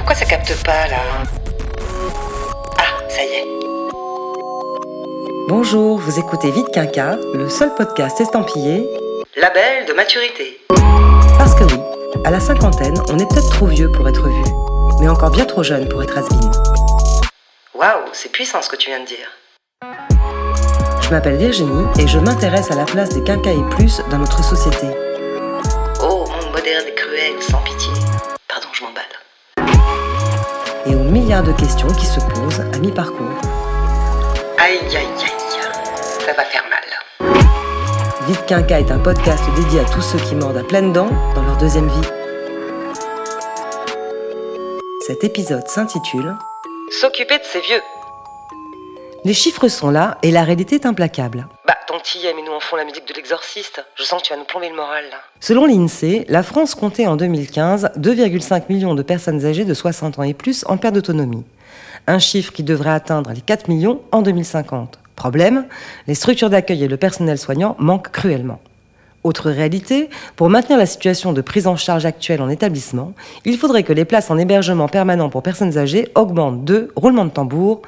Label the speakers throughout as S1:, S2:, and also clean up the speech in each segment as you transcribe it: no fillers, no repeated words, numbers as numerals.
S1: Pourquoi ça capte pas, là? Ah, ça y est.
S2: Bonjour, vous écoutez Vite Quinca, le seul podcast estampillé
S1: Label de maturité.
S2: Parce que oui, à la cinquantaine, on est peut-être trop vieux pour être vu, mais encore bien trop jeune pour être has-been.
S1: Waouh, c'est puissant ce que tu viens de dire.
S2: Je m'appelle Virginie et je m'intéresse à la place des quinca et plus dans notre société.
S1: Oh, monde moderne et cruel, sans pitié. Pardon, je m'emballe.
S2: Et aux milliards de questions qui se posent à mi-parcours.
S1: Aïe, aïe, aïe, ça va faire mal.
S2: Vite Quinca est un podcast dédié à tous ceux qui mordent à pleines dents dans leur deuxième vie. Cet épisode s'intitule
S1: « S'occuper de ses vieux ».
S2: Les chiffres sont là et la réalité est implacable.
S1: Bah, ton petit aime et nous en font la musique de l'exorciste. Je sens que tu vas nous plomber le moral, là.
S2: Selon l'INSEE, la France comptait en 2015 2,5 millions de personnes âgées de 60 ans et plus en perte d'autonomie. Un chiffre qui devrait atteindre les 4 millions en 2050. Problème, les structures d'accueil et le personnel soignant manquent cruellement. Autre réalité, pour maintenir la situation de prise en charge actuelle en établissement, il faudrait que les places en hébergement permanent pour personnes âgées augmentent de, roulement de tambour,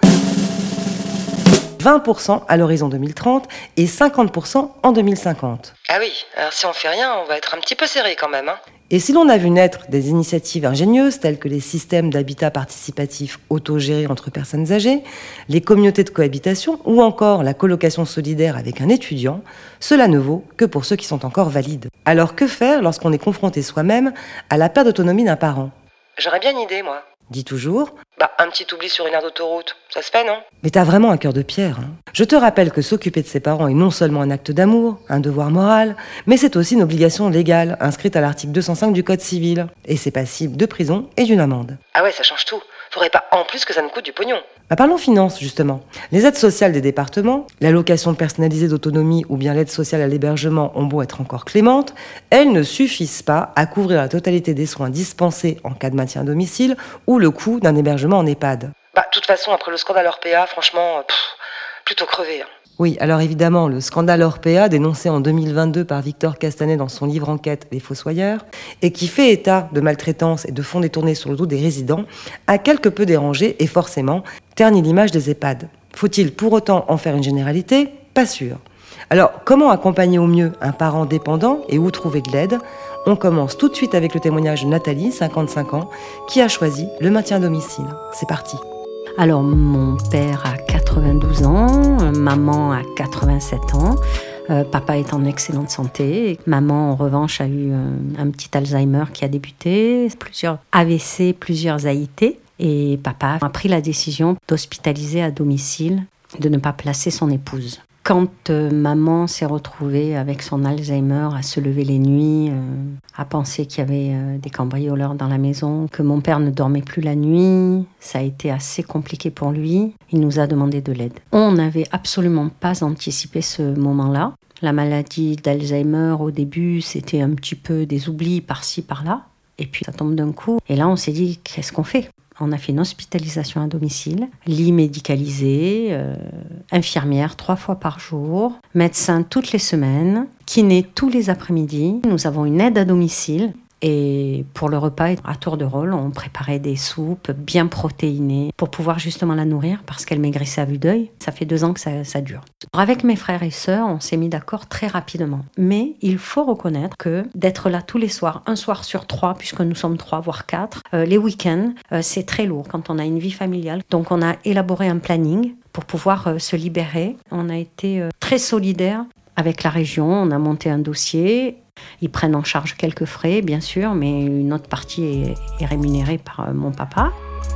S2: 20% à l'horizon 2030 et 50% en 2050.
S1: Ah oui, alors si on fait rien, on va être un petit peu serré quand même, hein.
S2: Et si l'on a vu naître des initiatives ingénieuses telles que les systèmes d'habitat participatif autogérés entre personnes âgées, les communautés de cohabitation ou encore la colocation solidaire avec un étudiant, cela ne vaut que pour ceux qui sont encore valides. Alors que faire lorsqu'on est confronté soi-même à la perte d'autonomie d'un parent ?
S1: J'aurais bien une idée, moi.
S2: Dis toujours.
S1: Bah, un petit oubli sur une aire d'autoroute, ça se fait, non?
S2: Mais t'as vraiment un cœur de pierre, hein. Je te rappelle que s'occuper de ses parents est non seulement un acte d'amour, un devoir moral, mais c'est aussi une obligation légale, inscrite à l'article 205 du Code civil. Et c'est passible de prison et d'une amende.
S1: Ah ouais, ça change tout. Faudrait pas en plus que ça nous coûte du pognon.
S2: Parlons finances, justement. Les aides sociales des départements, l'allocation personnalisée d'autonomie ou bien l'aide sociale à l'hébergement ont beau être encore clémentes, elles ne suffisent pas à couvrir la totalité des soins dispensés en cas de maintien à domicile ou le coût d'un hébergement en EHPAD.
S1: Bah, de toute façon, après le scandale Orpea, franchement, plutôt crevé, hein.
S2: Oui, alors évidemment, le scandale Orpea, dénoncé en 2022 par Victor Castanet dans son livre enquête Les Fossoyeurs, et qui fait état de maltraitance et de fonds détournés sur le dos des résidents, a quelque peu dérangé et forcément terni l'image des EHPAD. Faut-il pour autant en faire une généralité ? Pas sûr. Alors, comment accompagner au mieux un parent dépendant et où trouver de l'aide ? On commence tout de suite avec le témoignage de Nathalie, 55 ans, qui a choisi le maintien à domicile. C'est parti.
S3: Alors, mon père a 92 ans, maman a 87 ans. Papa est en excellente santé. Maman, en revanche, a eu un petit Alzheimer qui a débuté, plusieurs AVC, plusieurs AIT. Et papa a pris la décision d'hospitaliser à domicile, de ne pas placer son épouse. Quand maman s'est retrouvée avec son Alzheimer à se lever les nuits, à penser qu'il y avait des cambrioleurs dans la maison, que mon père ne dormait plus la nuit, ça a été assez compliqué pour lui. Il nous a demandé de l'aide. On n'avait absolument pas anticipé ce moment-là. La maladie d'Alzheimer, au début, c'était un petit peu des oublis par-ci, par-là. Et puis ça tombe d'un coup. Et là, on s'est dit, qu'est-ce qu'on fait ? On a fait une hospitalisation à domicile, lit médicalisé, infirmière 3 fois par jour, médecin toutes les semaines, kiné tous les après-midi. Nous avons une aide à domicile. Et pour le repas, à tour de rôle, on préparait des soupes bien protéinées pour pouvoir justement la nourrir parce qu'elle maigrissait à vue d'œil. Ça fait 2 ans que ça dure. Avec mes frères et sœurs, on s'est mis d'accord très rapidement. Mais il faut reconnaître que d'être là tous les soirs, un soir sur 3, puisque nous sommes 3 voire 4, les week-ends, c'est très lourd quand on a une vie familiale. Donc on a élaboré un planning pour pouvoir se libérer. On a été très solidaires avec la région, on a monté un dossier. Ils prennent en charge quelques frais, bien sûr, mais une autre partie est rémunérée par mon papa.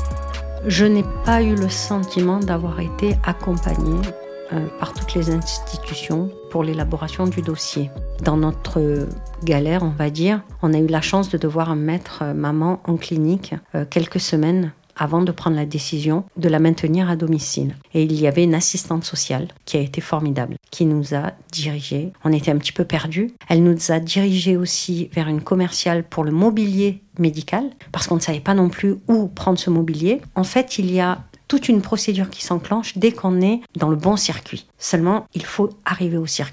S3: Je n'ai pas eu le sentiment d'avoir été accompagnée par toutes les institutions pour l'élaboration du dossier. Dans notre galère, on va dire, on a eu la chance de devoir mettre maman en clinique quelques semaines avant de prendre la décision de la maintenir à domicile. Et il y avait une assistante sociale qui a été formidable, qui nous a dirigés. On était un petit peu perdus. Elle nous a dirigés aussi vers une commerciale pour le mobilier médical, parce qu'on ne savait pas non plus où prendre ce mobilier. En fait, il y a toute une procédure qui s'enclenche dès qu'on est dans le bon circuit. Seulement, il faut arriver au circuit.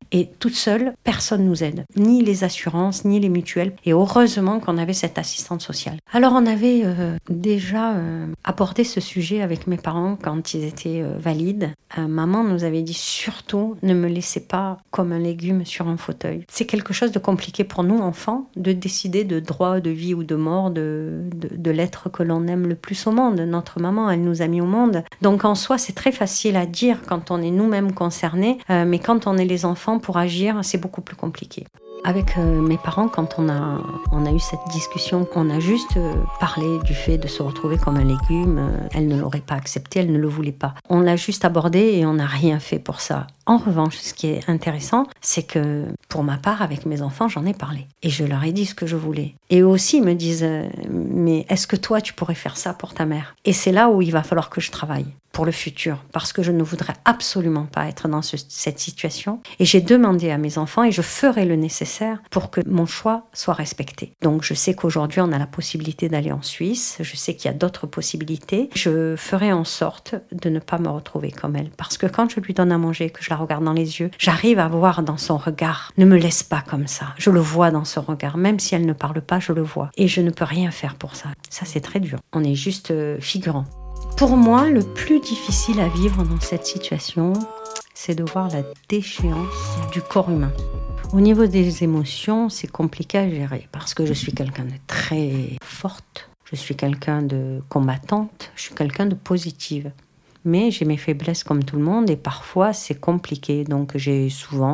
S3: Et toute seule, personne nous aide. Ni les assurances, ni les mutuelles. Et heureusement qu'on avait cette assistante sociale. Alors on avait déjà abordé ce sujet avec mes parents quand ils étaient valides. Maman nous avait dit surtout ne me laissez pas comme un légume sur un fauteuil. C'est quelque chose de compliqué pour nous enfants de décider de droit de vie ou de mort de l'être que l'on aime le plus au monde. Notre maman, elle nous a mis au monde. Donc en soi, c'est très facile à dire quand on est nous-mêmes concernés, mais quand on est les enfants, pour agir, c'est beaucoup plus compliqué. Avec mes parents, quand on a eu cette discussion, on a juste parlé du fait de se retrouver comme un légume. Elle ne l'aurait pas accepté, elle ne le voulait pas. On l'a juste abordé et on n'a rien fait pour ça. En revanche, ce qui est intéressant, c'est que pour ma part, avec mes enfants, j'en ai parlé. Et je leur ai dit ce que je voulais. Et eux aussi, ils me disent « Mais est-ce que toi, tu pourrais faire ça pour ta mère ?» Et c'est là où il va falloir que je travaille pour le futur, parce que je ne voudrais absolument pas être dans cette situation. Et j'ai demandé à mes enfants, et je ferai le nécessaire pour que mon choix soit respecté. Donc je sais qu'aujourd'hui, on a la possibilité d'aller en Suisse, je sais qu'il y a d'autres possibilités. Je ferai en sorte de ne pas me retrouver comme elle, parce que quand je lui donne à manger, que je la regarde dans les yeux, j'arrive à voir dans son regard, ne me laisse pas comme ça. Je le vois dans son regard, même si elle ne parle pas, je le vois. Et je ne peux rien faire pour ça. Ça, c'est très dur. On est juste figurant. Pour moi, le plus difficile à vivre dans cette situation, c'est de voir la déchéance du corps humain. Au niveau des émotions, c'est compliqué à gérer parce que je suis quelqu'un de très forte, je suis quelqu'un de combattante, je suis quelqu'un de positive. Mais j'ai mes faiblesses comme tout le monde et parfois c'est compliqué. Donc je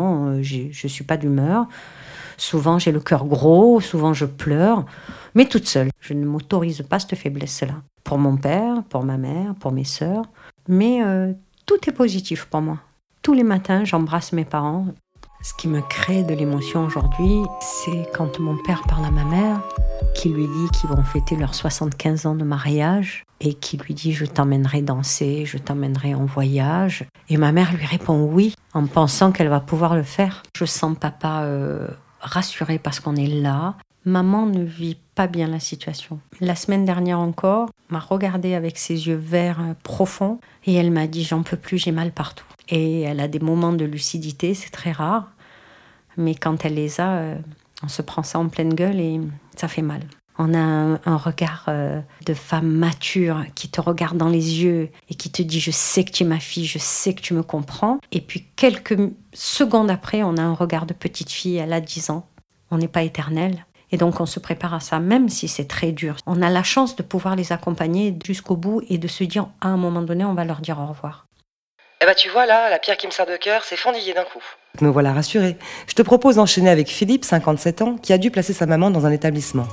S3: suis pas d'humeur. Souvent j'ai le cœur gros, souvent je pleure, mais toute seule. Je ne m'autorise pas cette faiblesse-là. Pour mon père, pour ma mère, pour mes sœurs. Mais tout est positif pour moi. Tous les matins, j'embrasse mes parents. Ce qui me crée de l'émotion aujourd'hui, c'est quand mon père parle à ma mère, qui lui dit qu'ils vont fêter leurs 75 ans de mariage et qui lui dit « je t'emmènerai danser, je t'emmènerai en voyage ». Et ma mère lui répond « oui » en pensant qu'elle va pouvoir le faire. Je sens papa rassuré parce qu'on est là. Maman ne vit pas bien la situation. La semaine dernière encore, m'a regardée avec ses yeux verts profonds et elle m'a dit « j'en peux plus, j'ai mal partout ». Et elle a des moments de lucidité, c'est très rare. Mais quand elle les a, on se prend ça en pleine gueule et ça fait mal. On a un regard de femme mature qui te regarde dans les yeux et qui te dit « je sais que tu es ma fille, je sais que tu me comprends ». Et puis quelques secondes après, on a un regard de petite fille, elle a 10 ans. On n'est pas éternel. Et donc on se prépare à ça, même si c'est très dur. On a la chance de pouvoir les accompagner jusqu'au bout et de se dire à un moment donné, on va leur dire au revoir.
S1: Eh ben tu vois là, la pierre qui me sert de cœur s'est fendillée d'un coup.
S2: Me voilà rassurée. Je te propose d'enchaîner avec Philippe, 57 ans, qui a dû placer sa maman dans un établissement.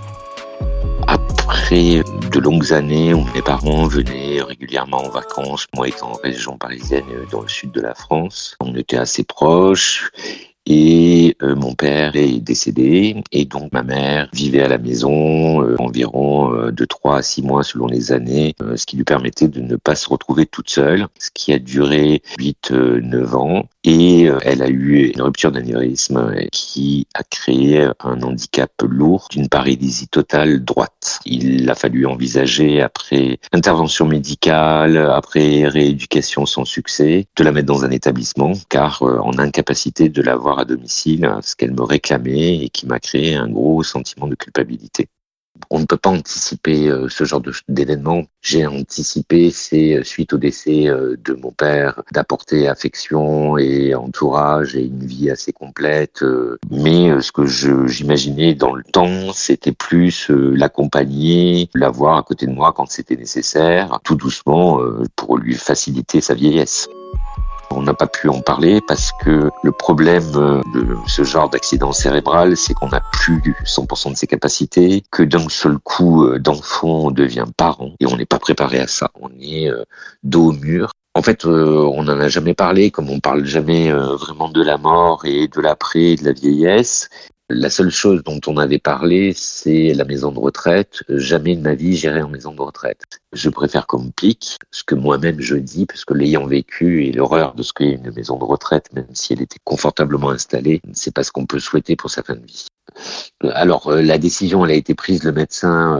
S4: Après de longues années où mes parents venaient régulièrement en vacances, moi étant en région parisienne dans le sud de la France, on était assez proches. Et mon père est décédé et donc ma mère vivait à la maison environ de 3 à 6 mois selon les années, ce qui lui permettait de ne pas se retrouver toute seule, ce qui a duré 8-9 ans. Et elle a eu une rupture d'anévrisme qui a créé un handicap lourd d'une paralysie totale droite. Il a fallu envisager, après intervention médicale, après rééducation sans succès, de la mettre dans un établissement, car en incapacité de l'avoir à domicile, ce qu'elle me réclamait et qui m'a créé un gros sentiment de culpabilité. On ne peut pas anticiper ce genre d'événement. J'ai anticipé, c'est suite au décès de mon père, d'apporter affection et entourage et une vie assez complète. Mais ce que j'imaginais dans le temps, c'était plus l'accompagner, l'avoir à côté de moi quand c'était nécessaire, tout doucement pour lui faciliter sa vieillesse. On n'a pas pu en parler parce que le problème de ce genre d'accident cérébral, c'est qu'on n'a plus 100% de ses capacités, que d'un seul coup d'enfant on devient parent et on n'est pas préparé à ça. On est dos au mur. En fait, on n'en a jamais parlé, comme on parle jamais vraiment de la mort et de l'après, de la vieillesse. La seule chose dont on avait parlé, c'est la maison de retraite. Jamais de ma vie j'irai en maison de retraite. Je préfère qu'on me pique ce que moi-même je dis, parce que l'ayant vécu et l'horreur de ce qu'est une maison de retraite, même si elle était confortablement installée, c'est pas ce qu'on peut souhaiter pour sa fin de vie. Alors, la décision, elle a été prise, le médecin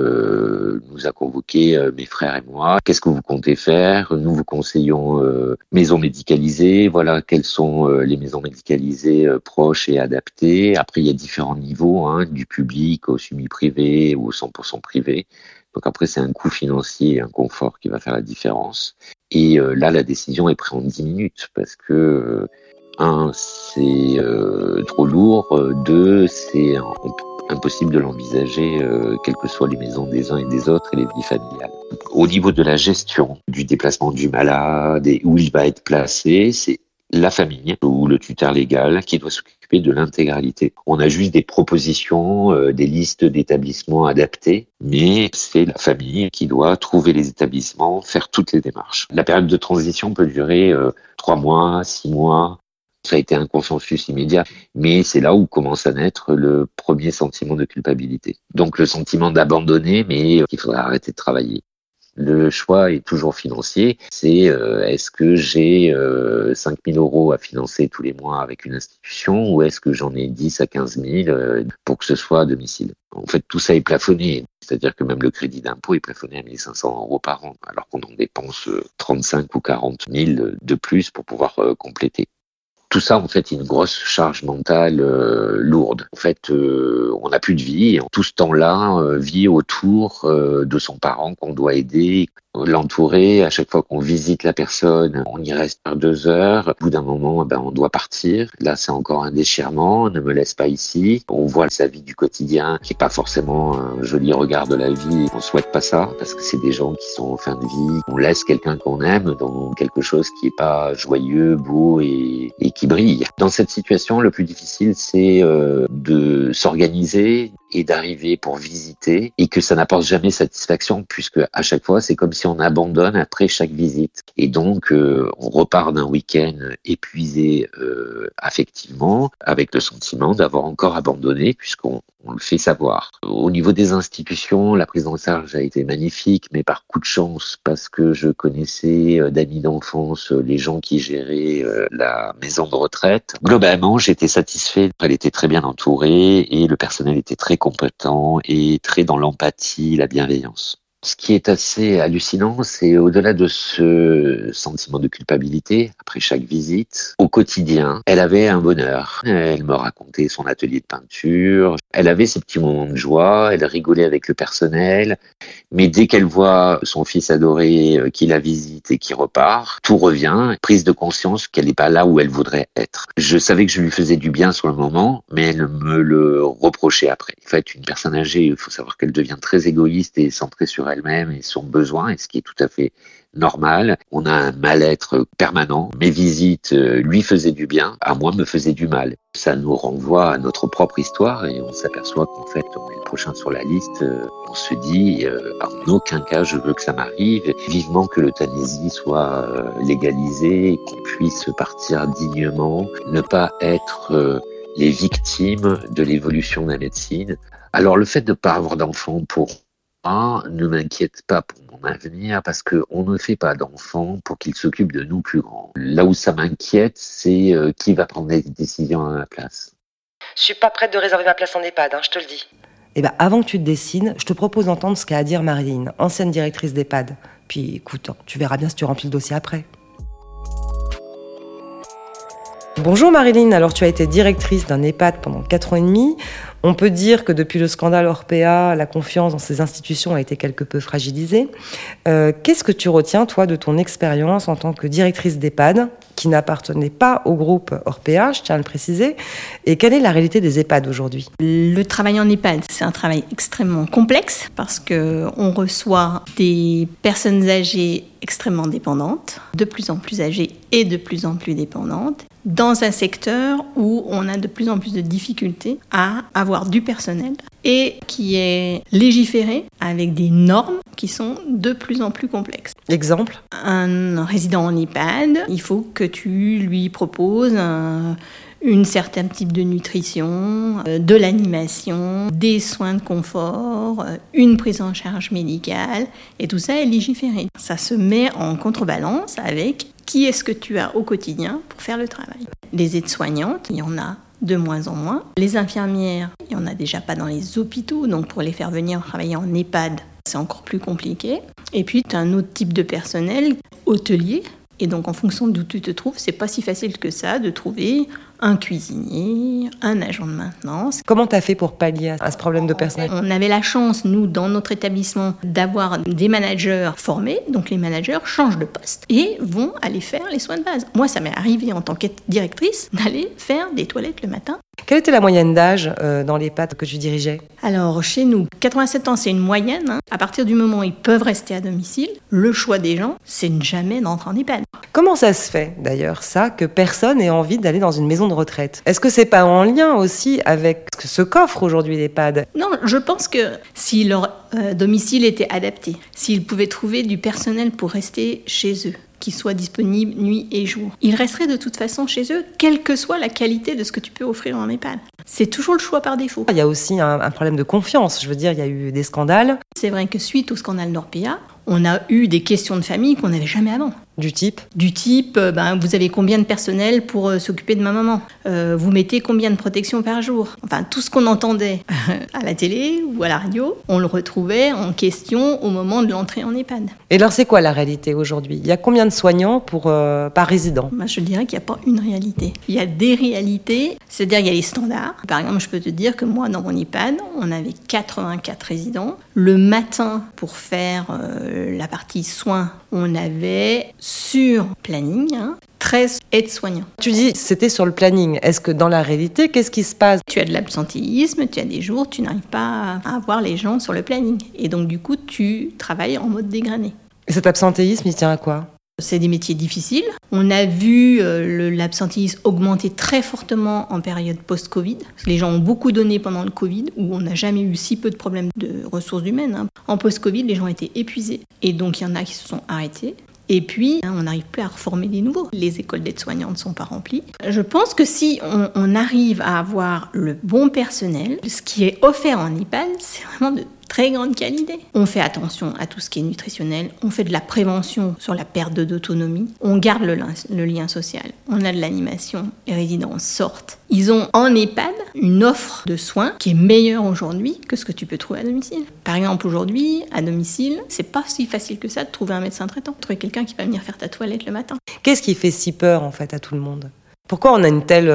S4: nous a convoqués, mes frères et moi. Qu'est-ce que vous comptez faire? Nous vous conseillons maisons médicalisées. Voilà, quelles sont les maisons médicalisées proches et adaptées. Après, il y a différents niveaux, du public au semi-privé ou au 100% privé. Donc après, c'est un coût financier et un confort qui va faire la différence. Et là, la décision est prise en 10 minutes parce que... un, c'est trop lourd. Deux, c'est impossible de l'envisager, quelles que soient les maisons des uns et des autres et les vies familiales. Au niveau de la gestion du déplacement du malade et où il va être placé, c'est la famille ou le tuteur légal qui doit s'occuper de l'intégralité. On a juste des propositions, des listes d'établissements adaptés, mais c'est la famille qui doit trouver les établissements, faire toutes les démarches. La période de transition peut durer 3 mois, 6 mois. Ça a été un consensus immédiat, mais c'est là où commence à naître le premier sentiment de culpabilité. Donc le sentiment d'abandonner, mais qu'il faudra arrêter de travailler. Le choix est toujours financier. C'est est-ce que j'ai 5 000 € à financer tous les mois avec une institution ou est-ce que j'en ai 10 à 15 000 pour que ce soit à domicile. En fait, tout ça est plafonné. C'est-à-dire que même le crédit d'impôt est plafonné à 1 500 € par an, alors qu'on en dépense 35 ou 40 000 de plus pour pouvoir compléter. Tout ça, en fait, est une grosse charge mentale lourde. En fait, on n'a plus de vie. Tout ce temps-là vit autour de son parent qu'on doit aider, l'entourer. À chaque fois qu'on visite la personne, on y reste par 2 heures. Au bout d'un moment, on doit partir. Là, c'est encore un déchirement. Ne me laisse pas ici. On voit sa vie du quotidien qui est pas forcément un joli regard de la vie. On souhaite pas ça parce que c'est des gens qui sont en fin de vie. On laisse quelqu'un qu'on aime dans quelque chose qui est pas joyeux, beau et qui brille. Dans cette situation, le plus difficile, c'est de s'organiser et d'arriver pour visiter et que ça n'apporte jamais satisfaction puisque à chaque fois, c'est comme si on abandonne après chaque visite. Et donc, on repart d'un week-end épuisé affectivement avec le sentiment d'avoir encore abandonné puisqu'on le fait savoir. Au niveau des institutions, la prise en charge a été magnifique, mais par coup de chance parce que je connaissais d'amis d'enfance les gens qui géraient la maison de retraite. Globalement, j'étais satisfait. Elle était très bien entourée et le personnel était très compétent et très dans l'empathie, la bienveillance. Ce qui est assez hallucinant, c'est au-delà de ce sentiment de culpabilité, après chaque visite, au quotidien, elle avait un bonheur. Elle me racontait son atelier de peinture, elle avait ses petits moments de joie, elle rigolait avec le personnel, mais dès qu'elle voit son fils adoré qui la visite et qui repart, tout revient, prise de conscience qu'elle n'est pas là où elle voudrait être. Je savais que je lui faisais du bien sur le moment, mais elle me le reprochait après. En fait, une personne âgée, il faut savoir qu'elle devient très égoïste et centrée sur elle-même et son besoin, et ce qui est tout à fait normal. On a un mal-être permanent. Mes visites lui faisaient du bien, à moi me faisaient du mal. Ça nous renvoie à notre propre histoire et on s'aperçoit qu'en fait, on est le prochain sur la liste. On se dit, en aucun cas je veux que ça m'arrive. Vivement que l'euthanasie soit légalisée, qu'on puisse partir dignement, ne pas être les victimes de l'évolution de la médecine. Alors le fait de ne pas avoir d'enfant pour moi ne m'inquiète pas pour mon avenir parce qu'on ne fait pas d'enfants pour qu'ils s'occupent de nous plus grands. Là où ça m'inquiète, c'est qui va prendre les décisions à ma place.
S2: Je suis pas prête de réserver ma place en EHPAD, je te le dis. Eh ben, avant que tu te décides, je te propose d'entendre ce qu'a à dire Marilyn, ancienne directrice d'EHPAD. Puis écoute, tu verras bien si tu remplis le dossier après. Bonjour Marilyn, alors tu as été directrice d'un EHPAD pendant 4 ans et demi. On peut dire que depuis le scandale Orpea, la confiance dans ces institutions a été quelque peu fragilisée. Qu'est-ce que tu retiens, toi, de ton expérience en tant que directrice d'EHPAD, qui n'appartenait pas au groupe Orpea, je tiens à le préciser, et quelle est la réalité des EHPAD aujourd'hui ?
S5: Le travail en EHPAD, c'est un travail extrêmement complexe parce qu'on reçoit des personnes âgées extrêmement dépendantes, de plus en plus âgées et de plus en plus dépendantes, dans un secteur où on a de plus en plus de difficultés à avoir du personnel et qui est légiféré avec des normes qui sont de plus en plus complexes.
S2: Exemple ?
S5: Un résident en EHPAD, il faut que tu lui proposes un certain type de nutrition, de l'animation, des soins de confort, une prise en charge médicale, et tout ça est légiféré. Ça se met en contrebalance avec qui est-ce que tu as au quotidien pour faire le travail. Les aides-soignantes, il y en a de moins en moins. Les infirmières, il n'y en a déjà pas dans les hôpitaux, donc pour les faire venir travailler en EHPAD, c'est encore plus compliqué. Et puis, tu as un autre type de personnel, hôtelier. Et donc, en fonction d'où tu te trouves, c'est pas si facile que ça de trouver un cuisinier, un agent de maintenance.
S2: Comment tu as fait pour pallier à ce problème de personnel ?
S5: On avait la chance, nous, dans notre établissement, d'avoir des managers formés. Donc, les managers changent de poste et vont aller faire les soins de base. Moi, ça m'est arrivé en tant que directrice d'aller faire des toilettes le matin.
S2: Quelle était la moyenne d'âge dans l'EHPAD que tu dirigeais ?
S5: Alors, chez nous, 87 ans, c'est une moyenne. À partir du moment où ils peuvent rester à domicile, le choix des gens, c'est ne jamais d'entrer en EHPAD.
S2: Comment ça se fait, d'ailleurs, ça, que personne ait envie d'aller dans une maison de retraite ? Est-ce que c'est pas en lien aussi avec ce qu'offre aujourd'hui l'EHPAD ?
S5: Non, je pense que si leur domicile était adapté, s'ils pouvaient trouver du personnel pour rester chez eux, qui soit disponible nuit et jour, ils resteraient de toute façon chez eux, quelle que soit la qualité de ce que tu peux offrir en EHPAD. C'est toujours le choix par défaut.
S2: Il y a aussi un problème de confiance. Je veux dire, il y a eu des scandales.
S5: C'est vrai que suite au scandale d'Orpea, on a eu des questions de famille qu'on n'avait jamais avant.
S2: Du type ?
S5: Vous avez combien de personnel pour s'occuper de ma maman ? Vous mettez combien de protections par jour ? Enfin, tout ce qu'on entendait à la télé ou à la radio, on le retrouvait en question au moment de l'entrée en EHPAD.
S2: Et alors, c'est quoi la réalité aujourd'hui ? Il y a combien de soignants par résident ?
S5: Je dirais qu'il n'y a pas une réalité. Il y a des réalités, c'est-à-dire il y a les standards. Par exemple, je peux te dire que moi, dans mon EHPAD, on avait 84 résidents. Le matin, pour faire la partie soins, on avait sur planning 13 aides-soignants.
S2: Tu dis c'était sur le planning. Est-ce que dans la réalité, qu'est-ce qui se passe ?
S5: Tu as de l'absentéisme, tu as des jours où tu n'arrives pas à avoir les gens sur le planning. Et donc du coup, tu travailles en mode dégradé.
S2: Et cet absentéisme, il tient à quoi ?
S5: C'est des métiers difficiles. On a vu l'absentéisme augmenter très fortement en période post-Covid. Parce que les gens ont beaucoup donné pendant le Covid, où on n'a jamais eu si peu de problèmes de ressources humaines. En post-Covid, les gens étaient épuisés. Et donc, il y en a qui se sont arrêtés. Et puis, on n'arrive plus à reformer les nouveaux. Les écoles d'aides-soignants ne sont pas remplies. Je pense que si on arrive à avoir le bon personnel, ce qui est offert en EHPAD, c'est vraiment de très grande qualité. On fait attention à tout ce qui est nutritionnel, on fait de la prévention sur la perte d'autonomie, on garde le lien social, on a de l'animation, les résidents sortent. Ils ont en EHPAD une offre de soins qui est meilleure aujourd'hui que ce que tu peux trouver à domicile. Par exemple, aujourd'hui, à domicile, c'est pas si facile que ça de trouver un médecin traitant, de trouver quelqu'un qui va venir faire ta toilette le matin.
S2: Qu'est-ce qui fait si peur en fait à tout le monde ? Pourquoi on a un tel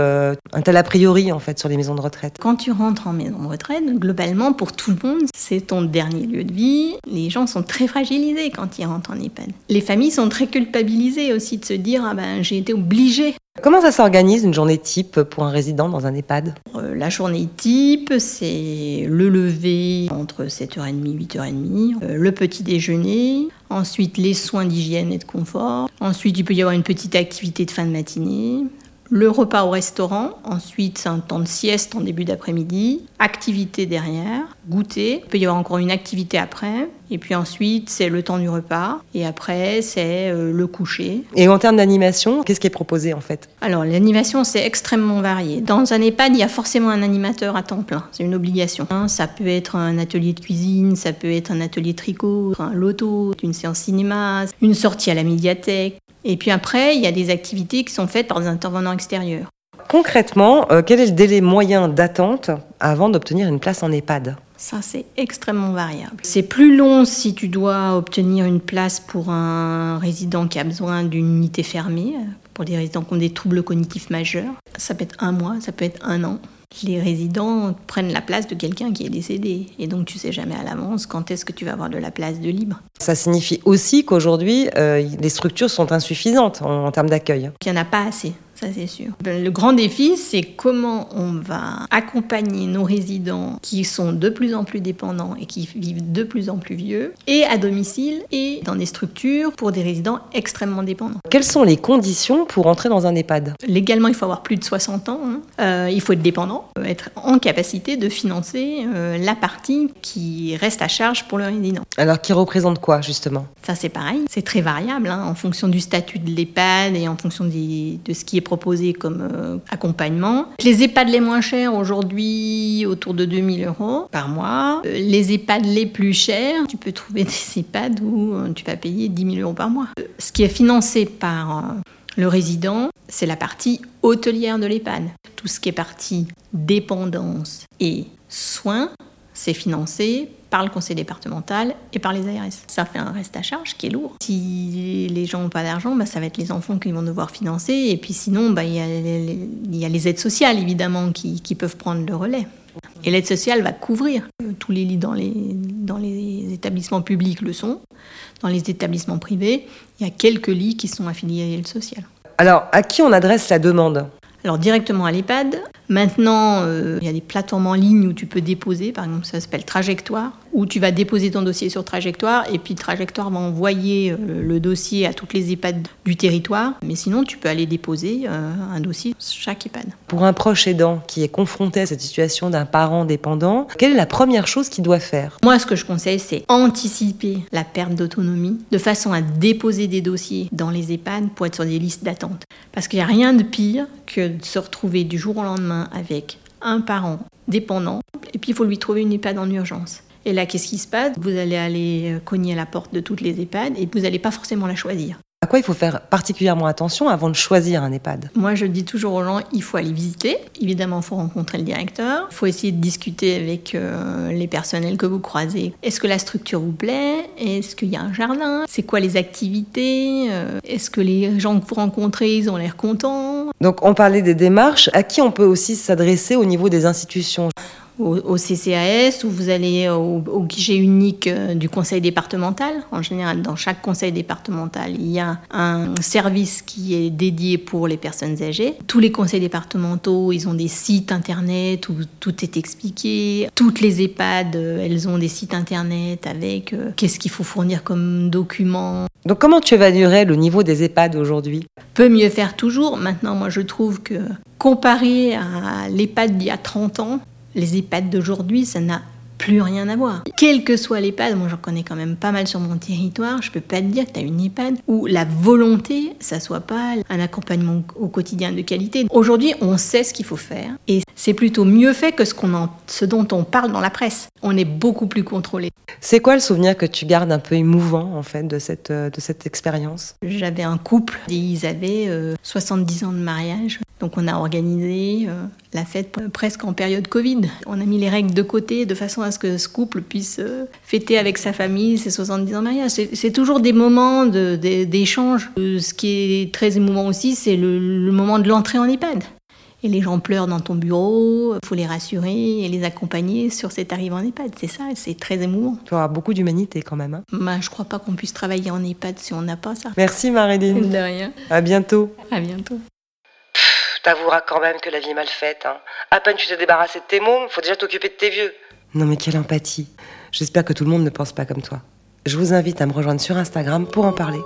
S2: a priori en fait sur les maisons de retraite ?
S5: Quand tu rentres en maison de retraite, globalement pour tout le monde, c'est ton dernier lieu de vie. Les gens sont très fragilisés quand ils rentrent en EHPAD. Les familles sont très culpabilisées aussi de se dire j'ai été obligée.
S2: Comment ça s'organise une journée type pour un résident dans un EHPAD ?
S5: La journée type, c'est le lever entre 7h30 et 8h30, le petit déjeuner, ensuite les soins d'hygiène et de confort, ensuite il peut y avoir une petite activité de fin de matinée, le repas au restaurant, ensuite c'est un temps de sieste en début d'après-midi, activité derrière, goûter, il peut y avoir encore une activité après, et puis ensuite c'est le temps du repas, et après c'est le coucher.
S2: Et en termes d'animation, qu'est-ce qui est proposé en fait ?
S5: Alors l'animation c'est extrêmement varié. Dans un EHPAD, il y a forcément un animateur à temps plein, c'est une obligation. Ça peut être un atelier de cuisine, ça peut être un atelier tricot, un loto, une séance cinéma, une sortie à la médiathèque. Et puis après, il y a des activités qui sont faites par des intervenants extérieurs.
S2: Concrètement, quel est le délai moyen d'attente avant d'obtenir une place en EHPAD ?
S5: Ça, c'est extrêmement variable. C'est plus long si tu dois obtenir une place pour un résident qui a besoin d'une unité fermée, pour des résidents qui ont des troubles cognitifs majeurs. Ça peut être 1 mois, ça peut être 1 an. Les résidents prennent la place de quelqu'un qui est décédé. Et donc, tu ne sais jamais à l'avance quand est-ce que tu vas avoir de la place de libre.
S2: Ça signifie aussi qu'aujourd'hui, les structures sont insuffisantes en termes d'accueil.
S5: Il n'y en a pas assez. Ça c'est sûr. Le grand défi, c'est comment on va accompagner nos résidents qui sont de plus en plus dépendants et qui vivent de plus en plus vieux, et à domicile, et dans des structures pour des résidents extrêmement dépendants.
S2: Quelles sont les conditions pour entrer dans un EHPAD ?
S5: Légalement, il faut avoir plus de 60 ans. Il faut être dépendant, être en capacité de financer la partie qui reste à charge pour le résident.
S2: Alors, qui représente quoi, justement ?
S5: Ça, c'est pareil. C'est très variable, en fonction du statut de l'EHPAD et en fonction de ce qui est proposé comme accompagnement. Les EHPAD les moins chers aujourd'hui, autour de 2 000 € par mois. Les EHPAD les plus chers, tu peux trouver des EHPAD où tu vas payer 10 000 € par mois. Ce qui est financé par le résident, c'est la partie hôtelière de l'EHPAD. Tout ce qui est partie dépendance et soins, c'est financé par le conseil départemental et par les ARS. Ça fait un reste à charge qui est lourd. Si les gens n'ont pas d'argent, ça va être les enfants qui vont devoir financer. Et puis sinon, il y a les aides sociales, évidemment, qui peuvent prendre le relais. Et l'aide sociale va couvrir. Tous les lits dans les établissements publics le sont. Dans les établissements privés, il y a quelques lits qui sont affiliés à l'aide sociale.
S2: Alors, à qui on adresse la demande ?
S5: Alors directement à l'EHPAD. Maintenant, il y a des plateformes en ligne où tu peux déposer, par exemple ça s'appelle Trajectoire, où tu vas déposer ton dossier sur Trajectoire et puis Trajectoire va envoyer le dossier à toutes les EHPAD du territoire. Mais sinon, tu peux aller déposer un dossier sur chaque EHPAD.
S2: Pour un proche aidant qui est confronté à cette situation d'un parent dépendant, quelle est la première chose qu'il doit faire ?
S5: Moi, ce que je conseille, c'est anticiper la perte d'autonomie de façon à déposer des dossiers dans les EHPAD pour être sur des listes d'attente. Parce qu'il n'y a rien de pire que de se retrouver du jour au lendemain avec un parent dépendant et puis il faut lui trouver une EHPAD en urgence. Et là, qu'est-ce qui se passe ? Vous allez aller cogner à la porte de toutes les EHPAD et vous n'allez pas forcément la choisir.
S2: À quoi il faut faire particulièrement attention avant de choisir un EHPAD ?
S5: Moi, je dis toujours aux gens, il faut aller visiter. Évidemment, il faut rencontrer le directeur. Il faut essayer de discuter avec les personnels que vous croisez. Est-ce que la structure vous plaît ? Est-ce qu'il y a un jardin ? C'est quoi les activités ? Est-ce que les gens que vous rencontrez, ils ont l'air contents ?
S2: Donc, on parlait des démarches. À qui on peut aussi s'adresser au niveau des institutions ?
S5: Au CCAS, où vous allez au guichet unique du conseil départemental. En général, dans chaque conseil départemental, il y a un service qui est dédié pour les personnes âgées. Tous les conseils départementaux, ils ont des sites internet où tout est expliqué. Toutes les EHPAD, elles ont des sites internet avec qu'est-ce qu'il faut fournir comme documents.
S2: Donc, comment tu évaluerais le niveau des EHPAD aujourd'hui ?
S5: Peut mieux faire toujours. Maintenant, moi, je trouve que comparé à l'EHPAD d'il y a 30 ans, les EHPAD d'aujourd'hui, ça n'a plus rien à voir. Quel que soit l'EHPAD, moi j'en connais quand même pas mal sur mon territoire, je peux pas te dire que tu as une EHPAD où la volonté, ça soit pas un accompagnement au quotidien de qualité. Aujourd'hui, on sait ce qu'il faut faire et c'est plutôt mieux fait que ce dont on parle dans la presse. On est beaucoup plus contrôlé.
S2: C'est quoi le souvenir que tu gardes un peu émouvant en fait de cette expérience ?
S5: J'avais un couple, ils avaient 70 ans de mariage. Donc on a organisé la fête presque en période Covid. On a mis les règles de côté de façon à ce que ce couple puisse fêter avec sa famille ses 70 ans de mariage. C'est toujours des moments d'échange. Ce qui est très émouvant aussi, c'est le moment de l'entrée en EHPAD. Et les gens pleurent dans ton bureau, il faut les rassurer et les accompagner sur cette arrivée en EHPAD. C'est ça, c'est très émouvant.
S2: Tu auras beaucoup d'humanité quand même.
S5: Je crois pas qu'on puisse travailler en EHPAD si on n'a pas ça.
S2: Merci Marilyn.
S5: De rien.
S2: À bientôt.
S5: À bientôt.
S2: T'avoueras quand même que la vie est mal faite. À peine tu t'es débarrassé de tes mômes, faut déjà t'occuper de tes vieux. Non mais quelle empathie. J'espère que tout le monde ne pense pas comme toi. Je vous invite à me rejoindre sur Instagram pour en parler.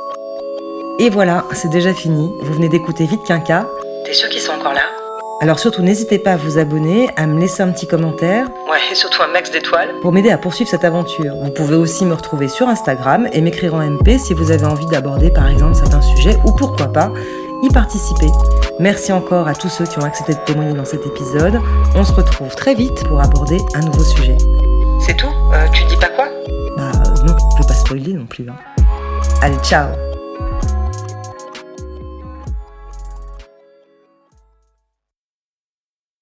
S2: Et voilà, c'est déjà fini. Vous venez d'écouter Vite Quinca.
S1: T'es sûr qu'ils sont encore là ?
S2: Alors surtout, n'hésitez pas à vous abonner, à me laisser un petit commentaire.
S1: Ouais, et surtout un max d'étoiles.
S2: Pour m'aider à poursuivre cette aventure. Vous pouvez aussi me retrouver sur Instagram et m'écrire en MP si vous avez envie d'aborder par exemple certains sujets ou pourquoi pas y participer. Merci encore à tous ceux qui ont accepté de témoigner dans cet épisode. On se retrouve très vite pour aborder un nouveau sujet.
S1: C'est tout ? Tu dis pas quoi ?
S2: Non, je vais pas spoiler non plus. Allez, ciao.